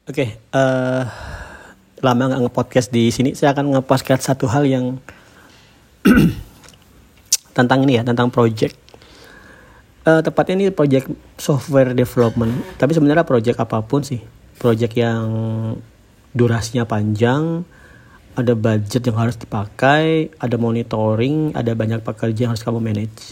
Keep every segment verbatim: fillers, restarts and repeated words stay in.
Oke, eh lama nggak nge-podcast di sini. Saya akan nge-podcast satu hal yang tentang ini ya, tentang project. Eh, tepatnya ini project software development. Tapi sebenarnya project apapun sih. Project yang durasinya panjang, ada budget yang harus dipakai, ada monitoring, ada banyak pekerja yang harus kamu manage.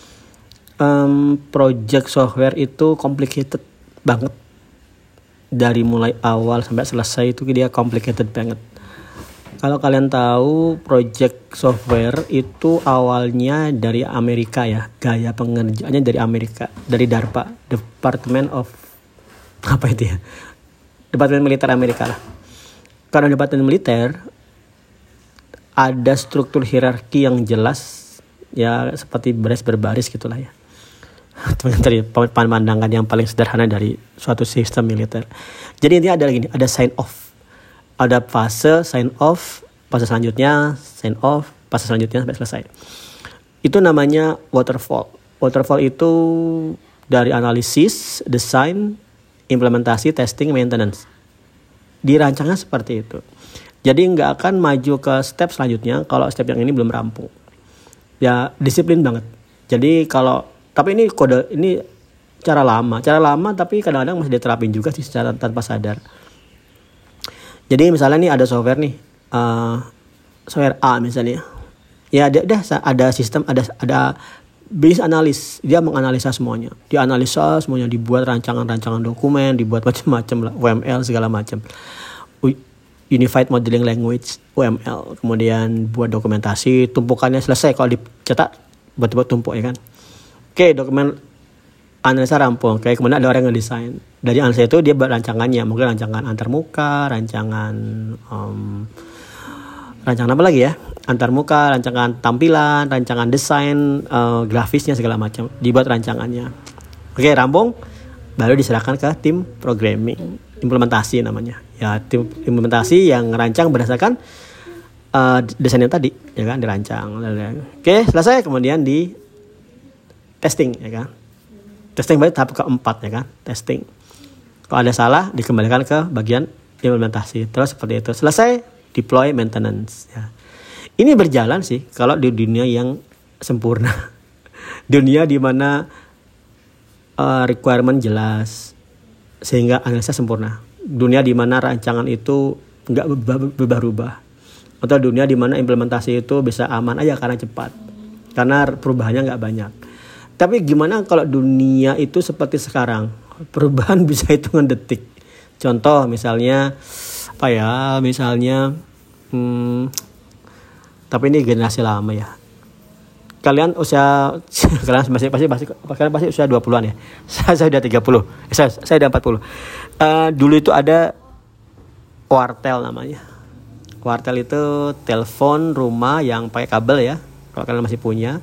Um, project software itu complicated banget. Dari mulai awal sampai selesai itu dia complicated banget. Kalau kalian tahu, project software itu awalnya dari Amerika ya, gaya pengerjaannya dari Amerika, dari DARPA, Department of apa itu ya, Departemen Militer Amerika lah. Karena Departemen Militer ada struktur hierarki yang jelas, ya seperti baris berbaris gitulah ya. Dari pandangan yang paling sederhana dari suatu sistem militer. Jadi intinya ada gini, ada sign off, ada fase sign off, fase selanjutnya sign off, fase selanjutnya sampai selesai. Itu namanya waterfall. Waterfall itu dari analisis, desain, implementasi, testing, maintenance. Dirancangnya seperti itu. Jadi nggak akan maju ke step selanjutnya kalau step yang ini belum rampung. Ya disiplin banget. Jadi kalau Tapi ini kode, ini cara lama. Cara lama tapi kadang-kadang masih diterapin juga sih secara tanpa sadar. Jadi misalnya nih ada software nih. Uh, software A misalnya. Ya ada, ada, ada sistem, ada ada business analis. Dia menganalisa semuanya. Dia analisa semuanya. Dibuat rancangan-rancangan dokumen. Dibuat macam-macam lah. U M L segala macam. Unified Modeling Language, U M L. Kemudian buat dokumentasi. Tumpukannya selesai. Kalau dicetak, buat-buat tumpuk ya kan. Oke, dokumen analisa rampung. Oke, kemudian ada orang yang ngedesain. Dari analisa itu dia buat rancangannya. Mungkin rancangan antarmuka, rancangan um, rancangan apa lagi ya? Antarmuka, rancangan tampilan, rancangan desain, uh, grafisnya segala macam. Dibuat rancangannya. Oke, rampung. Baru diserahkan ke tim programming, implementasi namanya. Ya, tim implementasi yang rancang berdasarkan uh, desainnya tadi, ya kan, dirancang. Oke, selesai. Kemudian di testing ya kan. Testing berarti tahap keempat ya kan, testing. Kalau ada salah dikembalikan ke bagian implementasi. Terus seperti itu. Selesai, deploy, maintenance ya. Ini berjalan sih kalau di dunia yang sempurna. Dunia di mana uh, requirement jelas sehingga analisa sempurna. Dunia di mana rancangan itu enggak berubah-ubah. Atau dunia di mana implementasi itu bisa aman aja karena cepat. Karena perubahannya enggak banyak. Tapi gimana kalau dunia itu seperti sekarang? Perubahan bisa hitungan detik. Contoh misalnya apa ya? Misalnya hmm, tapi ini generasi lama ya. Kalian usia kalian masih pasti pasti kalian pasti usia dua puluhan ya. Saya saya udah tiga puluh. Saya saya udah empat puluh. Uh, dulu itu ada wartel namanya. Wartel itu telepon rumah yang pakai kabel ya. Kalau kalian masih punya.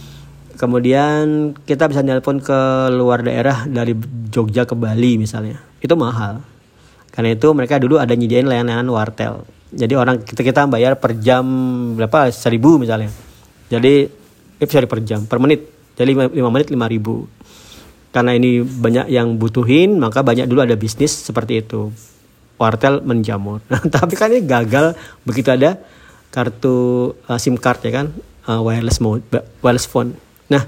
Kemudian kita bisa nelpon ke luar daerah dari Jogja ke Bali misalnya. Itu mahal. Karena itu mereka dulu ada nyediain layanan wartel. Jadi orang kita kita bayar per jam berapa? Seribu misalnya. Jadi eh, sorry per jam, per menit. Jadi lima menit lima ribu. Karena ini banyak yang butuhin, maka banyak dulu ada bisnis seperti itu. Wartel menjamur. Tapi kan ini gagal begitu ada kartu uh, SIM card ya kan, uh, wireless mode, wireless phone. Nah,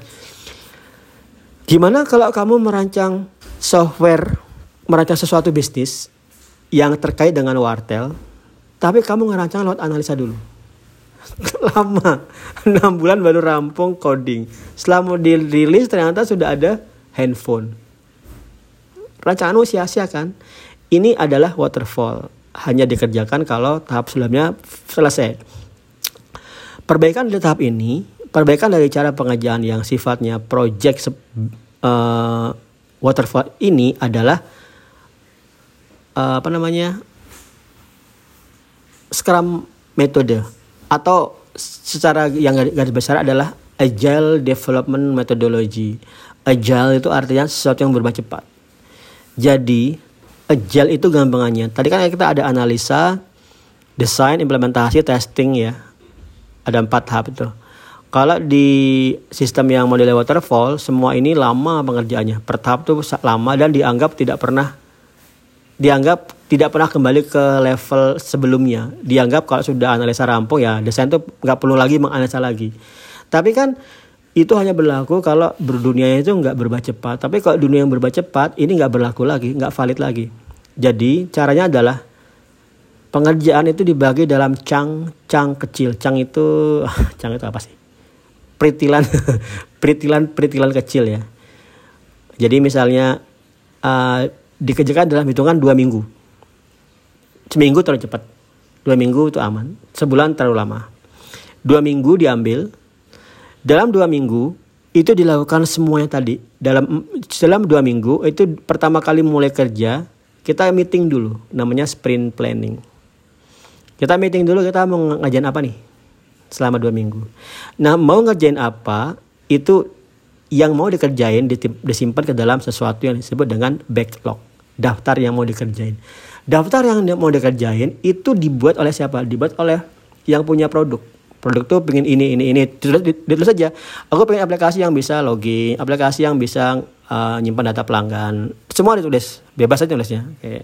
gimana kalau kamu merancang software, merancang sesuatu bisnis yang terkait dengan wartel, tapi kamu ngerancang lewat analisa dulu. Lama, enam bulan baru rampung coding. Setelah mau dirilis ternyata sudah ada handphone. Rancanganmu sia-sia kan? Ini adalah waterfall. Hanya dikerjakan kalau tahap sebelumnya selesai. Perbaikan di tahap ini, perbaikan dari cara pengerjaan yang sifatnya project uh, waterfall ini adalah uh, apa namanya Scrum metode atau secara yang garis besar adalah Agile Development Methodology. Agile itu artinya sesuatu yang berubah cepat. Jadi Agile itu gampangannya. Tadi kan kita ada analisa, desain, implementasi, testing ya. Ada empat tahap itu. Kalau di sistem yang model waterfall, semua ini lama pengerjaannya. Per tahap itu lama dan dianggap tidak pernah dianggap tidak pernah kembali ke level sebelumnya. Dianggap kalau sudah analisa rampung ya desain tuh nggak perlu lagi menganalisa lagi. Tapi kan itu hanya berlaku kalau berdunia itu nggak berubah cepat. Tapi kalau dunia yang berubah cepat ini nggak berlaku lagi, nggak valid lagi. Jadi caranya adalah pengerjaan itu dibagi dalam cang-cang kecil. Cang itu, cang itu apa sih? Peritilan, peritilan, peritilan kecil ya. Jadi misalnya uh, dikerjakan dalam hitungan dua minggu. Seminggu terlalu cepat, dua minggu itu aman. Sebulan terlalu lama. Dua minggu diambil. Dalam dua minggu itu dilakukan semuanya tadi. Dalam dalam dua minggu itu pertama kali mulai kerja kita meeting dulu, namanya sprint planning. Kita meeting dulu, kita mau ngajain apa nih selama dua minggu. Nah mau ngerjain apa itu yang mau dikerjain disimpan ke dalam sesuatu yang disebut dengan backlog, daftar yang mau dikerjain. Daftar yang mau dikerjain itu dibuat oleh siapa? Dibuat oleh yang punya produk. Produk tuh pengen ini, ini, ini. Ditulis saja. Aku pengen aplikasi yang bisa login, aplikasi yang bisa uh, nyimpan data pelanggan. Semua ditulis. Bebas aja nulisnya. Oke.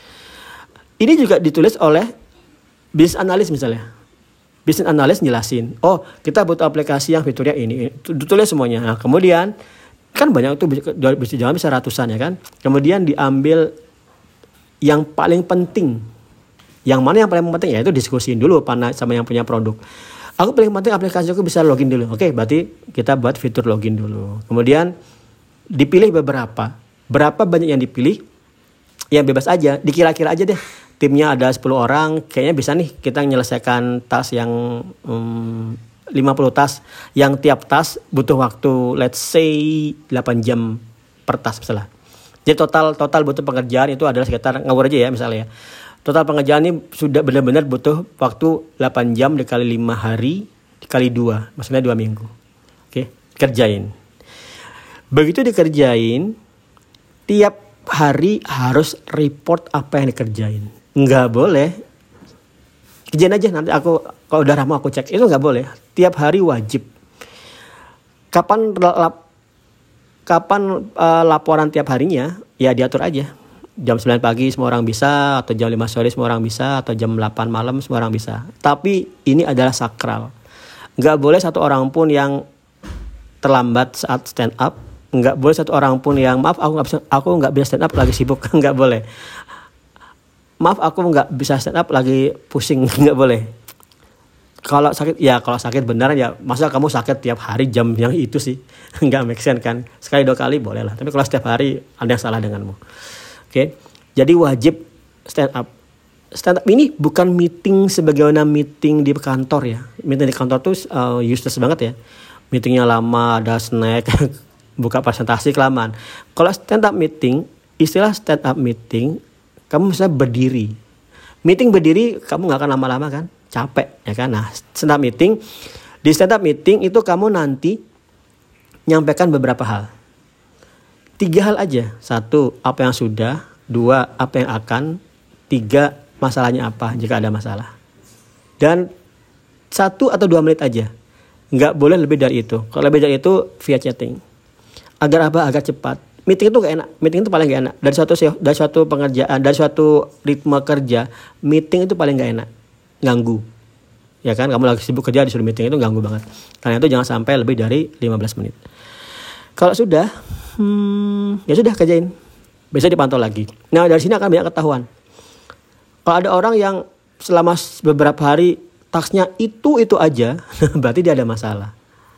Ini juga ditulis oleh business analyst misalnya. Business analyst jelasin. Oh, kita butuh aplikasi yang fiturnya ini. Ditulis semuanya. Nah, kemudian kan banyak tuh bisa jangan bisa ratusan ya kan. Kemudian diambil yang paling penting. Yang mana yang paling penting ya itu diskusiin dulu sama yang punya produk. Aku paling penting aplikasi aku bisa login dulu. Oke, berarti kita buat fitur login dulu. Kemudian dipilih beberapa. Berapa banyak yang dipilih? Yang bebas aja, dikira-kira aja deh. Timnya ada sepuluh orang, kayaknya bisa nih kita menyelesaikan task yang um, lima puluh task. Yang tiap task butuh waktu let's say delapan jam per task misalnya. Jadi total total butuh pengerjaan itu adalah sekitar ngawur aja ya misalnya ya. Total pengerjaan ini sudah benar-benar butuh waktu delapan jam dikali lima hari dikali dua, maksudnya dua minggu. Oke, kerjain. Begitu dikerjain, tiap hari harus report apa yang dikerjain. Nggak boleh. Kerjain aja nanti aku kalau udah ramu aku cek. Itu nggak boleh. Tiap hari wajib. Kapan lap, kapan uh, laporan tiap harinya? Ya diatur aja. Jam sembilan pagi semua orang bisa, atau jam lima sore semua orang bisa, atau jam delapan malam semua orang bisa. Tapi ini adalah sakral. Nggak boleh satu orang pun yang terlambat saat stand up. Nggak boleh satu orang pun yang maaf aku nggak bisa, aku nggak bisa stand up lagi sibuk. Nggak boleh. Maaf aku nggak bisa stand up lagi pusing. Nggak boleh. Kalau sakit ya kalau sakit benar ya masa kamu sakit tiap hari jam yang itu sih nggak make sense kan. Sekali dua kali boleh lah. Tapi kalau setiap hari ada yang salah denganmu. Oke, jadi wajib stand up. Stand up ini bukan meeting sebagaimana meeting di kantor ya. Meeting di kantor tuh uh, useless banget ya. Meetingnya lama, ada snack, buka presentasi kelamaan. Kalau stand up meeting, istilah stand up meeting, kamu bisa berdiri. Meeting berdiri, kamu nggak akan lama-lama kan? Capek ya kan? Nah, stand up meeting, di stand up meeting itu kamu nanti nyampaikan beberapa hal. Tiga hal aja. Satu, apa yang sudah. Dua, apa yang akan. Tiga, masalahnya apa jika ada masalah. Dan satu atau dua menit aja. Nggak boleh lebih dari itu. Kalau lebih dari itu, via chatting. Agar apa? Agar cepat. Meeting itu gak enak. Meeting itu paling gak enak. Dari suatu, dari suatu pengerjaan, dari suatu ritme kerja, meeting itu paling gak enak. Ganggu. Ya kan? Kamu lagi sibuk kerja, disuruh meeting itu ganggu banget. Karena itu jangan sampai lebih dari lima belas menit. Kalau sudah, hmm, ya sudah kerjain. Bisa dipantau lagi. Nah dari sini akan banyak ketahuan. Kalau ada orang yang selama beberapa hari tasknya itu-itu aja, berarti dia ada masalah.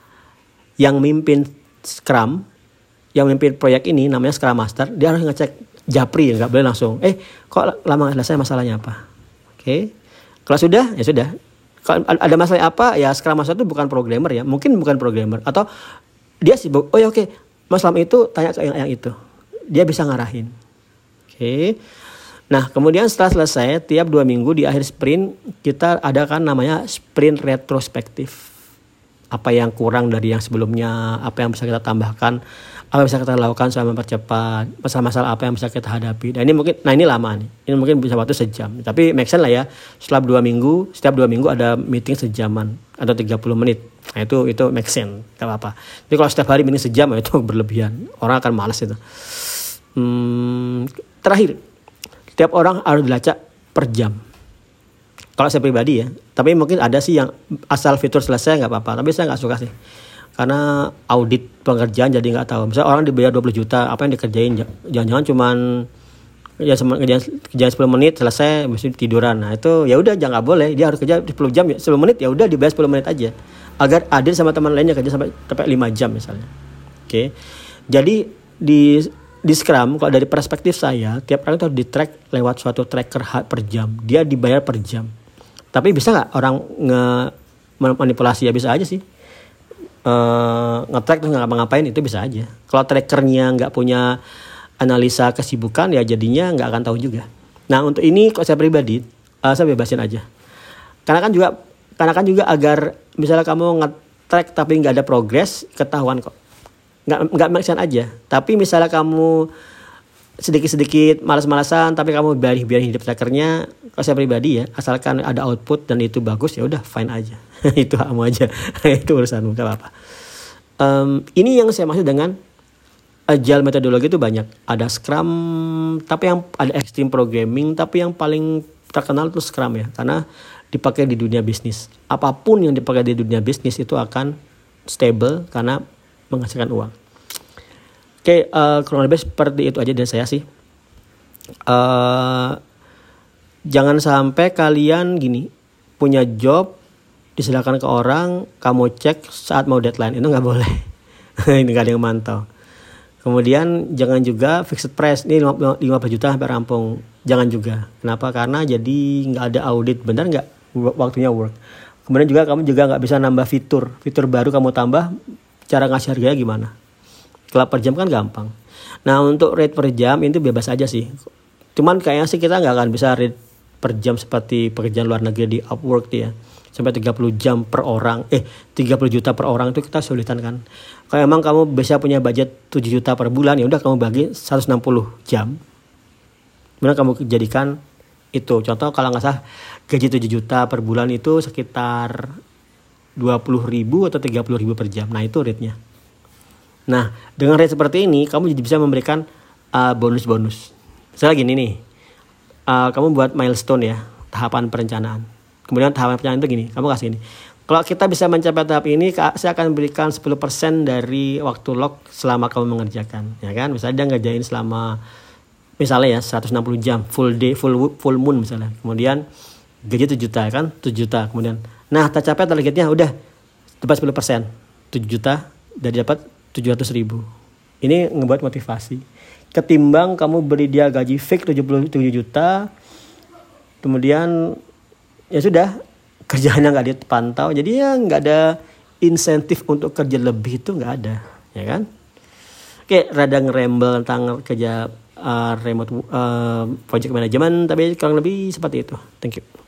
Yang mimpin Scrum, yang mimpin proyek ini namanya Scrum Master, dia harus ngecek japri, nggak boleh langsung. Eh, kok lama nggak selesai masalahnya apa? Oke. Kalau sudah, ya sudah. Kalau ada masalah apa, ya Scrum Master itu bukan programmer ya. Mungkin bukan programmer. Atau dia sibuk, oh ya oke, masalah itu tanya ke yang, yang itu. Dia bisa ngarahin. Oke. Nah, kemudian setelah selesai, tiap dua minggu di akhir sprint, kita adakan namanya sprint retrospektif. Apa yang kurang dari yang sebelumnya, apa yang bisa kita tambahkan, apa yang bisa kita lakukan selama mempercepat, masalah-masalah apa yang bisa kita hadapi. Nah ini mungkin, nah ini lama nih. Ini mungkin bisa waktu sejam. Tapi make sense lah ya. Setelah dua minggu, setiap dua minggu ada meeting sejaman atau tiga puluh menit. Nah itu itu make sense, gak apa-apa. Jadi kalau setiap hari meeting sejam itu berlebihan. Orang akan malas itu. Hmm, terakhir, tiap orang harus dilacak per jam. Kalau saya pribadi ya, tapi mungkin ada sih yang asal fitur selesai nggak apa-apa, tapi saya nggak suka sih. Karena audit pengerjaan jadi nggak tahu. Misalnya orang dibayar dua puluh juta, apa yang dikerjain? Jangan-jangan cuman ya kerjaan, kerjaan sepuluh menit selesai, mesti tiduran. Nah itu ya udah jangan, nggak boleh. Dia harus kerja sepuluh jam, ya sepuluh menit ya udah dibayar sepuluh menit aja. Agar adil sama teman lainnya kerja sampai sampai lima jam misalnya. Oke. Okay. Jadi di di Scrum kalau dari perspektif saya, tiap orang itu harus di-track lewat suatu tracker per jam. Dia dibayar per jam. Tapi bisa nggak orang nge manipulasi? Ya bisa aja sih. Uh, nge-track terus nggak ngapa-ngapain itu bisa aja. Kalau trackernya nggak punya analisa kesibukan ya jadinya nggak akan tahu juga. Nah untuk ini kalau saya pribadi uh, saya bebasin aja. Karena kan juga karena kan juga agar misalnya kamu nge-track tapi nggak ada progress, ketahuan kok. Nggak nggak make sense aja. Tapi misalnya kamu sedikit-sedikit malas-malasan tapi kamu biarin biarin hidup trackernya, kalau saya pribadi ya asalkan ada output dan itu bagus ya udah fine aja. Itu hakmu aja. Itu urusanmu, nggak apa-apa. Um, ini yang saya maksud dengan agile metodologi itu banyak. Ada Scrum, tapi yang ada extreme programming, tapi yang paling terkenal itu Scrum ya, karena dipakai di dunia bisnis. Apapun yang dipakai di dunia bisnis itu akan stable karena menghasilkan uang. Oke, uh, kurang lebih seperti itu aja dari saya sih. Uh, jangan sampai kalian gini punya job diserahkan ke orang, kamu cek saat mau deadline, itu nggak boleh. Ini nggak ada yang mantau. Kemudian jangan juga fixed price, ini lima puluh juta sampai rampung. Jangan juga. Kenapa? Karena jadi nggak ada audit, benar nggak waktunya work. Kemudian juga kamu juga nggak bisa nambah fitur. Fitur baru kamu tambah, cara ngasih harganya gimana? Kalau per jam kan gampang. Nah untuk rate per jam itu bebas aja sih. Cuman kayaknya sih kita nggak akan bisa rate per jam seperti pekerjaan luar negeri di Upwork ya. Sampai tiga puluh jam per orang, eh tiga puluh juta per orang itu kita sulitan kan. Kalau emang kamu bisa punya budget tujuh juta per bulan, ya udah kamu bagi seratus enam puluh jam. Kemudian kamu jadikan itu. Contoh kalau nggak salah gaji tujuh juta per bulan itu sekitar dua puluh ribu atau tiga puluh ribu per jam. Nah itu rate-nya. Nah dengan rate seperti ini kamu jadi bisa memberikan uh, bonus-bonus. Misalnya gini nih, uh, kamu buat milestone ya, tahapan perencanaan. Kemudian tahapan perencanaan itu gini, kamu kasih ini. Kalau kita bisa mencapai tahap ini, saya akan berikan sepuluh persen dari waktu log selama kamu mengerjakan, ya kan? Misalnya dia ngerjain selama misalnya ya seratus enam puluh jam, full day, full full moon misalnya. Kemudian gaji tujuh juta kan, tujuh juta. Kemudian nah tercapai targetnya udah dapat sepuluh persen, tujuh juta dari dapat tujuh ratus ribu. Ini ngebuat motivasi. Ketimbang kamu beri dia gaji fix tujuh puluh tujuh juta, kemudian ya sudah kerjaannya nggak dipantau, jadi ya nggak ada insentif untuk kerja lebih, itu nggak ada, ya kan? Oke, rada ngerembel tentang kerja uh, remote uh, project management, tapi kurang lebih seperti itu. Thank you.